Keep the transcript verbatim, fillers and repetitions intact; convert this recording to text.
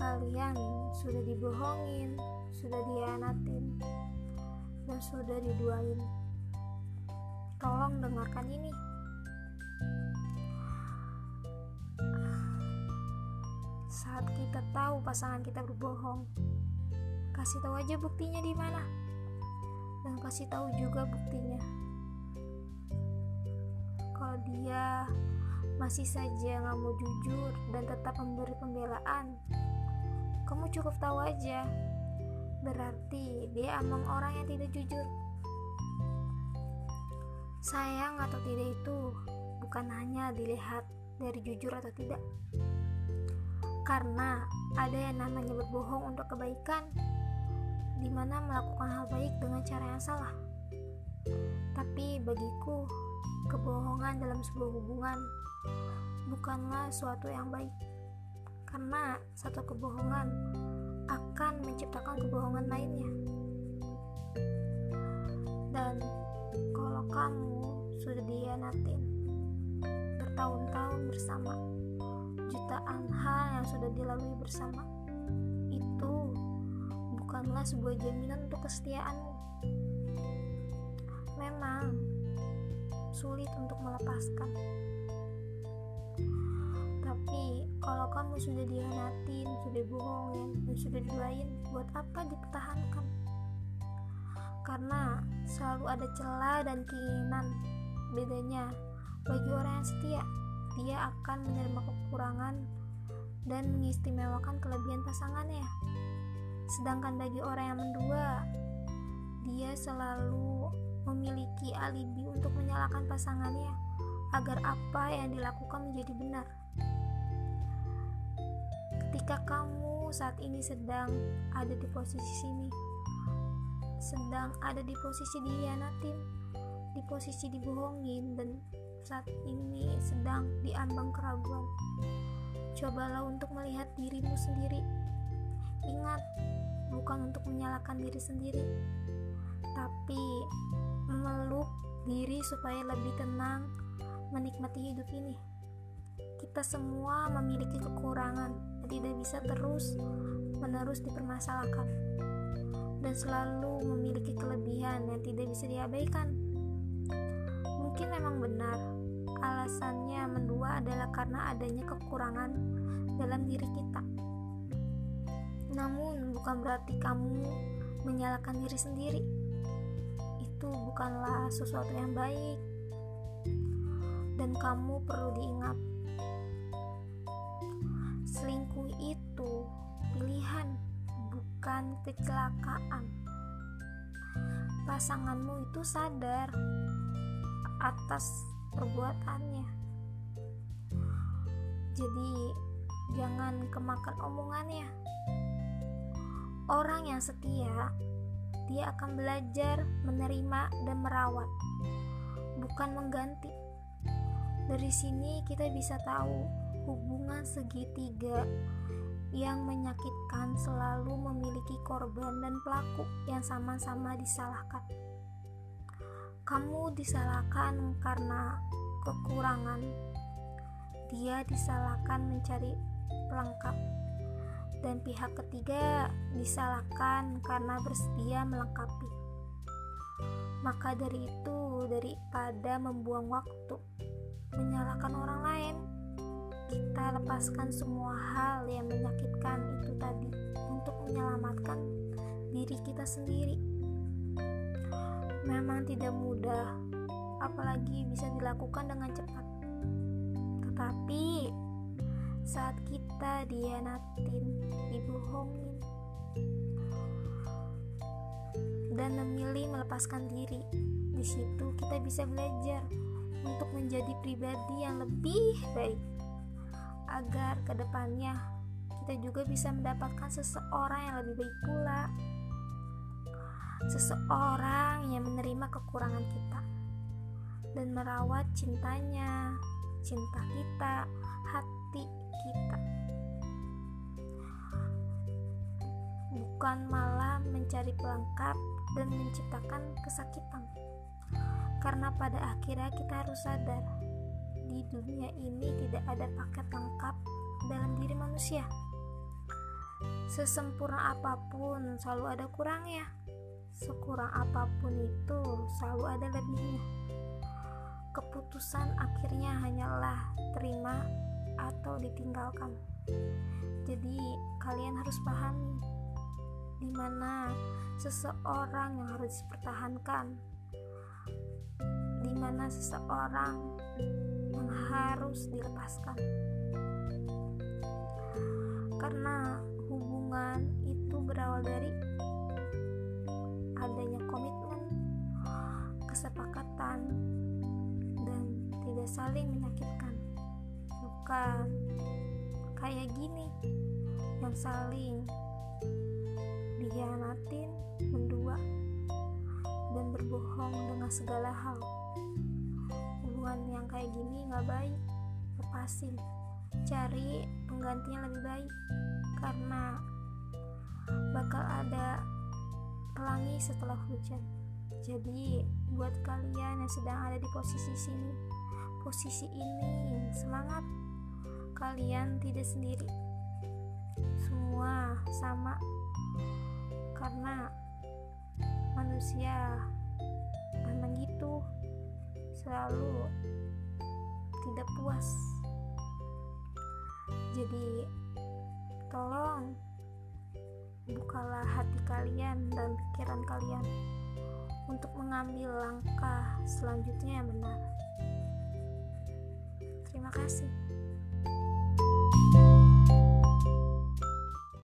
kalian sudah dibohongin, sudah dihianatin, dan sudah diduain. Tolong dengarkan ini. Saat kita tahu pasangan kita berbohong, kasih tahu aja buktinya di mana, dan kasih tahu juga buktinya. Kalau dia masih saja nggak mau jujur dan tetap memberi pembelaan, kamu cukup tahu aja, berarti dia emang orang yang tidak jujur. Sayang atau tidak itu bukan hanya dilihat dari jujur atau tidak, karena ada yang namanya berbohong untuk kebaikan, dimana melakukan hal baik dengan cara yang salah. Tapi bagiku, kebohongan dalam sebuah hubungan bukanlah suatu yang baik, karena satu kebohongan akan menciptakan kebohongan lainnya. Dan kalau kamu sudah dihianatin bertahun-tahun bersama, jutaan hal yang sudah dilalui bersama, itu bukanlah sebuah jaminan untuk kesetiaanmu. Memang sulit untuk melepaskan, tapi kalau kamu sudah dihianatin, sudah bohongin, dan sudah diduain, buat apa dipertahankan? Karena selalu ada celah dan keinginan. Bedanya, bagi orang yang setia, dia akan menerima kekurangan dan mengistimewakan kelebihan pasangannya. Sedangkan bagi orang yang mendua, dia selalu memiliki alibi untuk menyalahkan pasangannya agar apa yang dilakukan menjadi benar. Ketika kamu saat ini sedang ada di posisi sini, sedang ada di posisi dihianatin, di posisi dibohongin, dan saat ini sedang diambang keraguan, cobalah untuk melihat dirimu sendiri. Ingat, bukan untuk menyalahkan diri sendiri, tapi memeluk diri supaya lebih tenang menikmati hidup ini. Kita semua memiliki kekurangan dan tidak bisa terus menerus dipermasalahkan, dan selalu memiliki kelebihan yang tidak bisa diabaikan. Mungkin memang benar alasannya mendua adalah karena adanya kekurangan dalam diri kita. Namun bukan berarti kamu menyalahkan diri sendiri. Itu bukanlah sesuatu yang baik. Dan kamu perlu diingat, selingkuh itu pilihan, bukan kecelakaan. Pasanganmu itu sadar atas perbuatannya. Jadi jangan kemakan omongannya. Orang yang setia, dia akan belajar menerima dan merawat, bukan mengganti. Dari sini kita bisa tahu hubungan segitiga yang menyakitkan selalu memiliki korban dan pelaku yang sama-sama disalahkan. Kamu disalahkan karena kekurangan, dia disalahkan mencari pelengkap, dan pihak ketiga disalahkan karena bersedia melengkapi. Maka dari itu, daripada membuang waktu menyalahkan orang lain, kita lepaskan semua hal yang menyakitkan itu tadi untuk menyelamatkan diri kita sendiri. Memang tidak mudah, apalagi bisa dilakukan dengan cepat. Tetapi saat kita dihianatin, dibohongin, dan memilih melepaskan diri, di situ kita bisa belajar untuk menjadi pribadi yang lebih baik, agar kedepannya kita juga bisa mendapatkan seseorang yang lebih baik pula, seseorang yang menerima kekurangan kita dan merawat cintanya, cinta kita, hati kita, bukan malah mencari pelengkap dan menciptakan kesakitan. Karena pada akhirnya kita harus sadar, di dunia ini tidak ada paket lengkap dalam diri manusia. Sesempurna apapun selalu ada kurangnya. Sekurang apapun itu selalu ada lebihnya. Keputusan akhirnya hanyalah terima atau ditinggalkan. Jadi kalian harus pahami di mana seseorang yang harus dipertahankan, di mana seseorang yang harus dilepaskan. Karena hubungan itu berawal dari adanya komitmen, kesepakatan, dan tidak saling menyakitkan. Bukan kayak gini yang saling dikhianatin, mendua, dan berbohong dengan segala hal. Hubungan yang kayak gini gak baik, lepasin, cari penggantinya lebih baik, karena bakal ada pelangi setelah hujan. Jadi buat kalian yang sedang ada di posisi sini, posisi ini, semangat, kalian tidak sendiri, semua sama, karena manusia memang gitu, selalu tidak puas. Jadi tolong bukalah hati kalian dan pikiran kalian untuk mengambil langkah selanjutnya yang benar. Terima kasih.